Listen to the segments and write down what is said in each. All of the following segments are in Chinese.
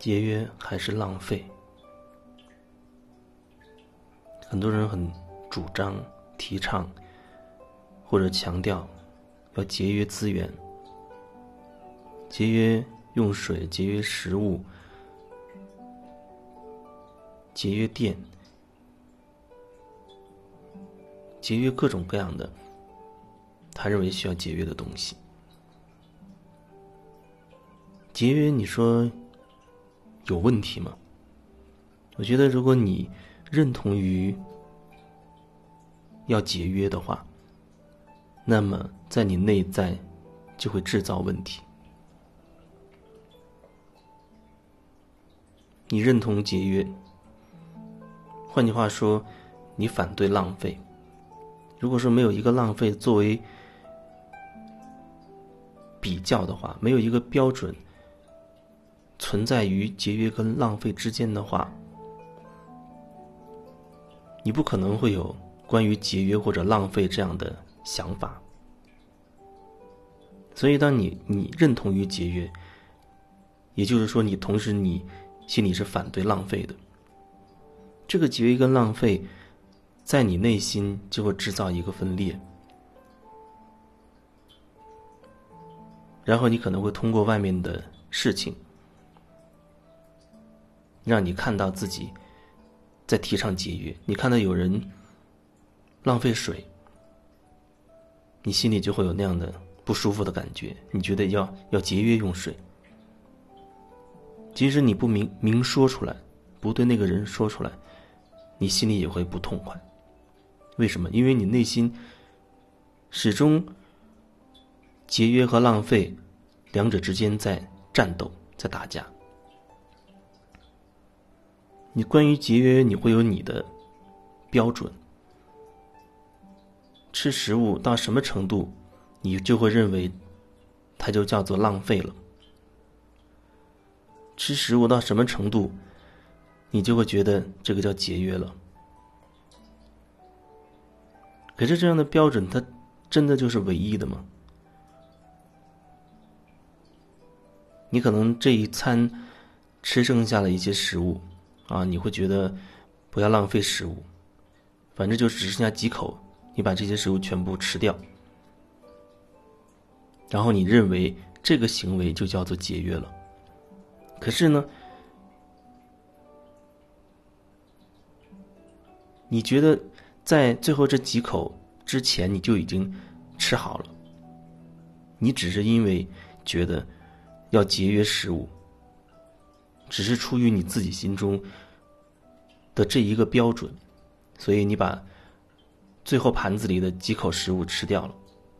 节约还是浪费？很多人很主张、提倡或者强调要节约资源，节约用水，节约食物，节约电，节约各种各样的他认为需要节约的东西。节约你说有问题吗？我觉得如果你认同于要节约的话，那么在你内在就会制造问题。你认同节约，换句话说，你反对浪费。如果说没有一个浪费作为比较的话，没有一个标准存在于节约跟浪费之间的话，你不可能会有关于节约或者浪费这样的想法。所以当你认同于节约，也就是说你同时你心里是反对浪费的，这个节约跟浪费在你内心就会制造一个分裂，然后你可能会通过外面的事情让你看到自己在提倡节约。你看到有人浪费水，你心里就会有那样的不舒服的感觉，你觉得要节约用水。即使你不明说出来，不对那个人说出来，你心里也会不痛快。为什么？因为你内心始终节约和浪费两者之间在战斗，在打架。你关于节约你会有你的标准，吃食物到什么程度你就会认为它就叫做浪费了，吃食物到什么程度你就会觉得这个叫节约了。可是这样的标准它真的就是唯一的吗？你可能这一餐吃剩下了一些食物啊，你会觉得不要浪费食物，反正就只剩下几口，你把这些食物全部吃掉，然后你认为这个行为就叫做节约了。可是呢，你觉得在最后这几口之前你就已经吃好了，你只是因为觉得要节约食物，只是出于你自己心中的这一个标准，所以你把最后盘子里的几口食物吃掉了。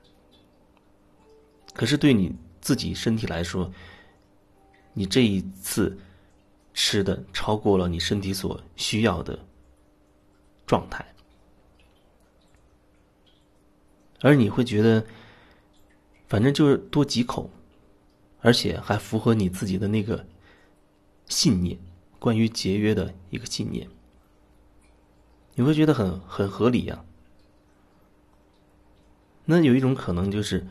可是对你自己身体来说，你这一次吃的超过了你身体所需要的状态，而你会觉得反正就是多几口，而且还符合你自己的那个信念，关于节约的一个信念，你会觉得很合理啊。那有一种可能就是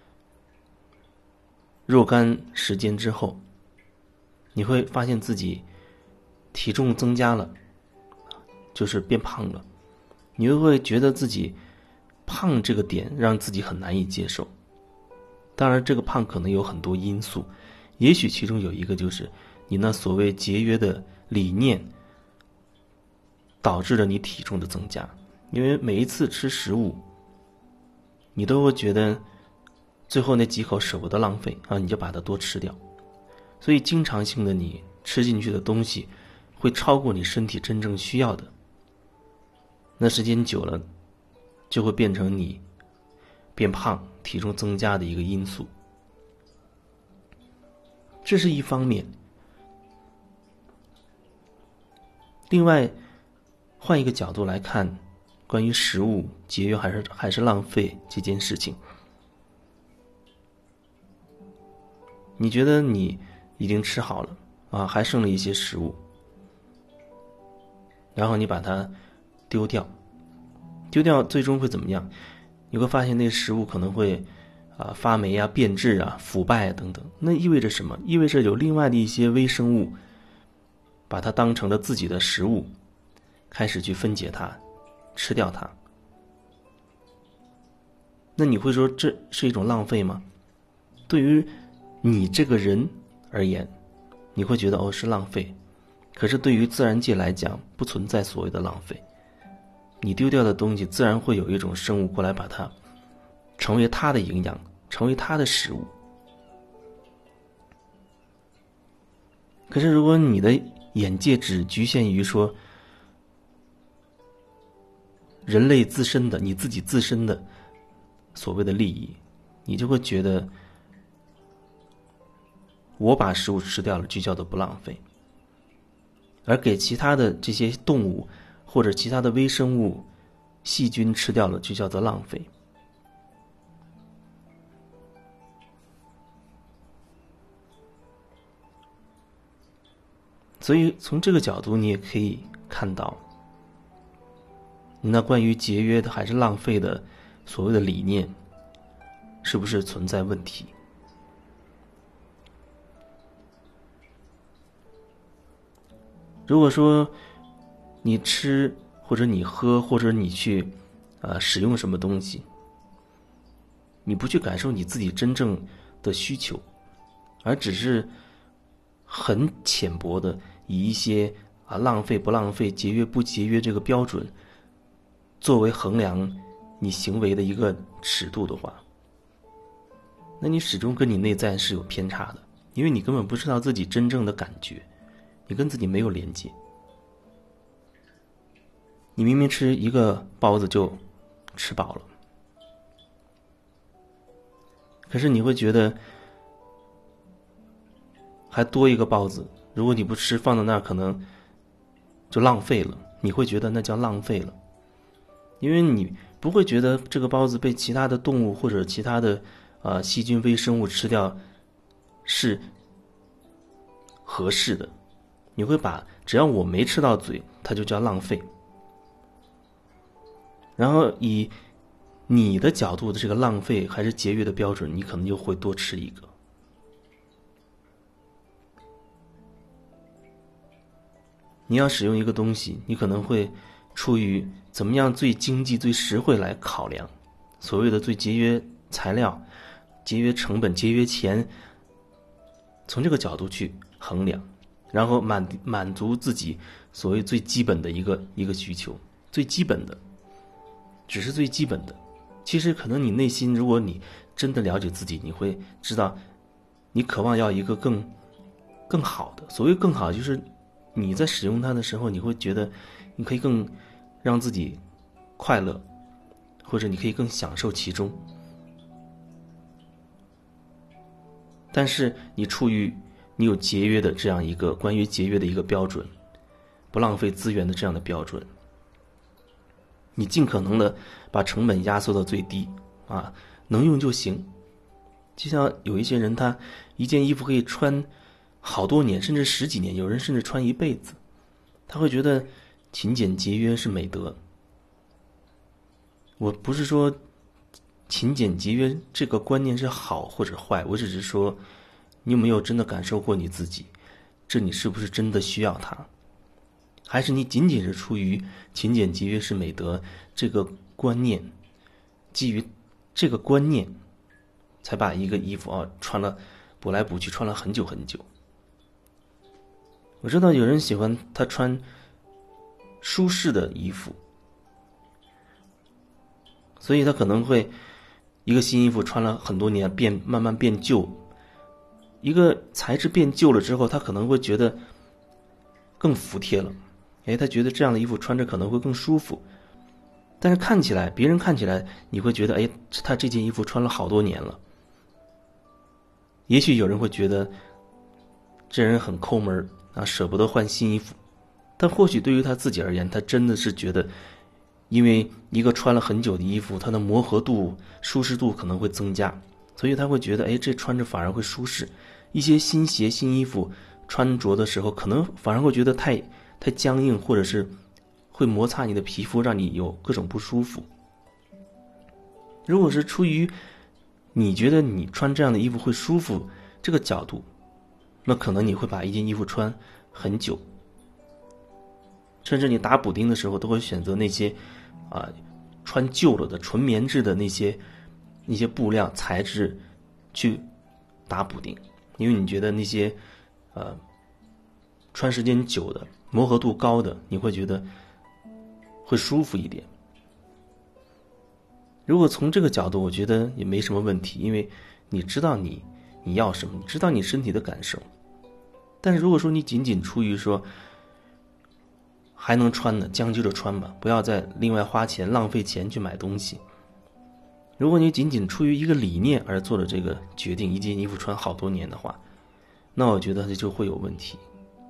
若干时间之后，你会发现自己体重增加了，就是变胖了，你又会觉得自己胖这个点让自己很难以接受。当然这个胖可能有很多因素，也许其中有一个就是你那所谓节约的理念导致了你体重的增加。因为每一次吃食物你都会觉得最后那几口舍不得浪费啊，你就把它多吃掉，所以经常性的你吃进去的东西会超过你身体真正需要的，那时间久了就会变成你变胖体重增加的一个因素。这是一方面。另外换一个角度来看关于食物节约还是浪费这件事情，你觉得你已经吃好了啊，还剩了一些食物，然后你把它丢掉最终会怎么样？你会发现那食物可能会发霉啊、变质啊、腐败啊等等。那意味着什么？意味着有另外的一些微生物把它当成了自己的食物，开始去分解它，吃掉它。那你会说这是一种浪费吗？对于你这个人而言，你会觉得是浪费，可是对于自然界来讲，不存在所谓的浪费。你丢掉的东西，自然会有一种生物过来把它成为它的营养，成为它的食物。可是如果你的眼界只局限于说人类自身的，你自己自身的所谓的利益，你就会觉得我把食物吃掉了就叫做不浪费，而给其他的这些动物或者其他的微生物细菌吃掉了就叫做浪费。所以从这个角度你也可以看到，那关于节约的还是浪费的所谓的理念是不是存在问题。如果说你吃或者你喝或者你去使用什么东西，你不去感受你自己真正的需求，而只是很浅薄的以一些浪费不浪费、节约不节约这个标准作为衡量你行为的一个尺度的话，那你始终跟你内在是有偏差的，因为你根本不知道自己真正的感觉，你跟自己没有连接。你明明吃一个包子就吃饱了，可是你会觉得还多一个包子，如果你不吃放在那儿可能就浪费了，你会觉得那叫浪费了。因为你不会觉得这个包子被其他的动物或者其他的细菌微生物吃掉是合适的，你会把只要我没吃到嘴它就叫浪费。然后以你的角度的这个浪费还是节约的标准，你可能就会多吃一个。你要使用一个东西，你可能会出于怎么样最经济最实惠来考量，所谓的最节约材料、节约成本、节约钱，从这个角度去衡量，然后满足自己所谓最基本的一个需求，最基本的只是最基本的。其实可能你内心，如果你真的了解自己，你会知道你渴望要一个更好的。所谓更好，就是你在使用它的时候，你会觉得你可以更让自己快乐，或者你可以更享受其中。但是你出于你有节约的这样一个关于节约的一个标准，不浪费资源的这样的标准，你尽可能的把成本压缩到最低能用就行。就像有一些人，他一件衣服可以穿好多年，甚至十几年，有人甚至穿一辈子，他会觉得勤俭节约是美德。我不是说勤俭节约这个观念是好或者坏，我只是说你有没有真的感受过你自己，这你是不是真的需要它，还是你仅仅是出于勤俭节约是美德这个观念，基于这个观念才把一个衣服穿了补来补去，穿了很久很久。我知道有人喜欢他穿舒适的衣服，所以他可能会一个新衣服穿了很多年慢慢变旧，一个材质变旧了之后，他可能会觉得更服帖了，他觉得这样的衣服穿着可能会更舒服。但是别人看起来你会觉得他这件衣服穿了好多年了。也许有人会觉得这人很抠门舍不得换新衣服，但或许对于他自己而言，他真的是觉得因为一个穿了很久的衣服，它的磨合度、舒适度可能会增加，所以他会觉得这穿着反而会舒适。一些新鞋新衣服穿着的时候可能反而会觉得太僵硬，或者是会摩擦你的皮肤，让你有各种不舒服。如果是出于你觉得你穿这样的衣服会舒服这个角度，那可能你会把一件衣服穿很久， 甚至你打补丁的时候都会选择那些穿旧了的纯棉质的那些布料材质去打补丁，因为你觉得那些穿时间久的磨合度高的你会觉得会舒服一点。如果从这个角度，我觉得也没什么问题，因为你知道你要什么，你知道你身体的感受。但是如果说你仅仅出于说还能穿的将就着穿吧，不要再另外花钱浪费钱去买东西。如果你仅仅出于一个理念而做了这个决定，一件衣服穿好多年的话，那我觉得这就会有问题。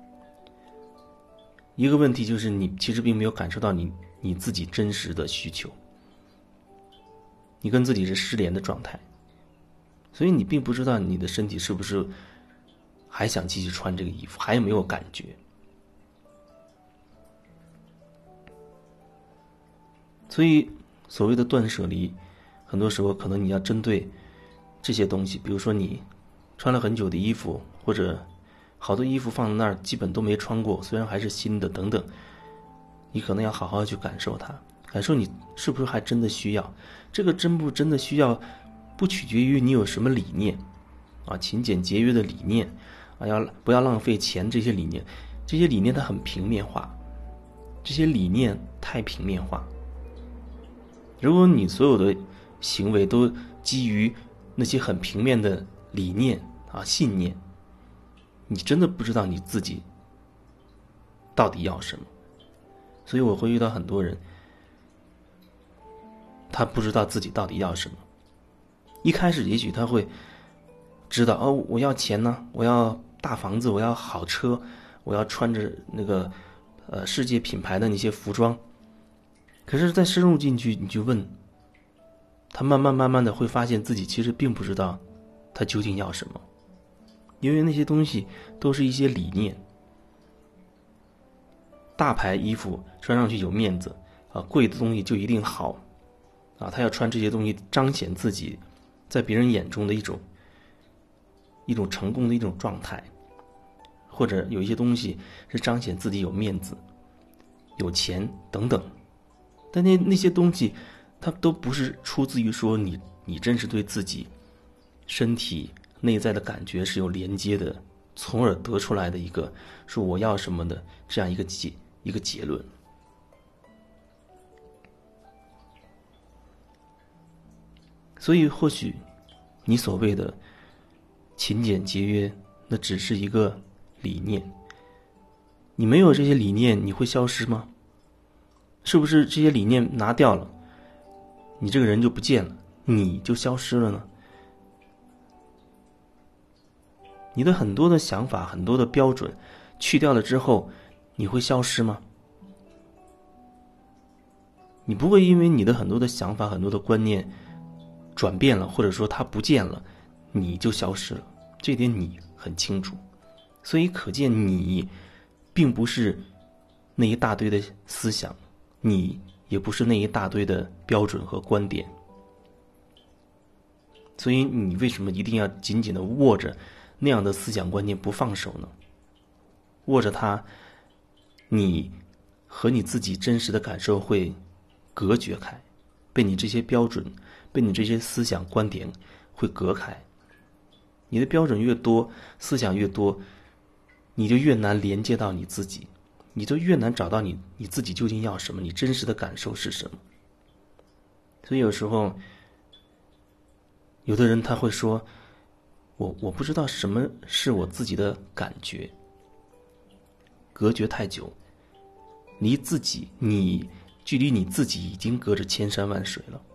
一个问题就是你其实并没有感受到你自己真实的需求，你跟自己是失联的状态，所以你并不知道你的身体是不是还想继续穿这个衣服，还有没有感觉。所以所谓的断舍离，很多时候可能你要针对这些东西，比如说你穿了很久的衣服，或者好多衣服放在那儿基本都没穿过，虽然还是新的等等，你可能要好好去感受它，感受你是不是还真的需要。这个真不真的需要不取决于你有什么理念勤俭节约的理念不要浪费钱，这些理念它很平面化，这些理念太平面化。如果你所有的行为都基于那些很平面的理念信念，你真的不知道你自己到底要什么。所以我会遇到很多人，他不知道自己到底要什么。一开始也许他会知道我要钱呢，我要大房子，我要好车，我要穿着那个世界品牌的那些服装。可是再深入进去，你就问他，慢慢的会发现自己其实并不知道他究竟要什么，因为那些东西都是一些理念。大牌衣服穿上去有面子贵的东西就一定好他要穿这些东西彰显自己在别人眼中的一种成功的一种状态，或者有一些东西是彰显自己有面子、有钱等等。但那些东西它都不是出自于说你真是对自己身体内在的感觉是有连接的，从而得出来的一个说我要什么的这样一个结论。所以或许你所谓的勤俭节约，那只是一个理念。你没有这些理念，你会消失吗？是不是这些理念拿掉了，你这个人就不见了，你就消失了呢？你的很多的想法，很多的标准去掉了之后，你会消失吗？你不会因为你的很多的想法、很多的观念转变了，或者说它不见了，你就消失了，这点你很清楚。所以可见你并不是那一大堆的思想，你也不是那一大堆的标准和观点。所以你为什么一定要紧紧地握着那样的思想观念不放手呢？握着它，你和你自己真实的感受会隔绝开，被你这些标准，被你这些思想观点会隔开。你的标准越多，思想越多，你就越难连接到你自己，你就越难找到你自己究竟要什么，你真实的感受是什么。所以有时候有的人他会说我不知道什么是我自己的感觉，隔绝太久，离自己，你距离你自己已经隔着千山万水了。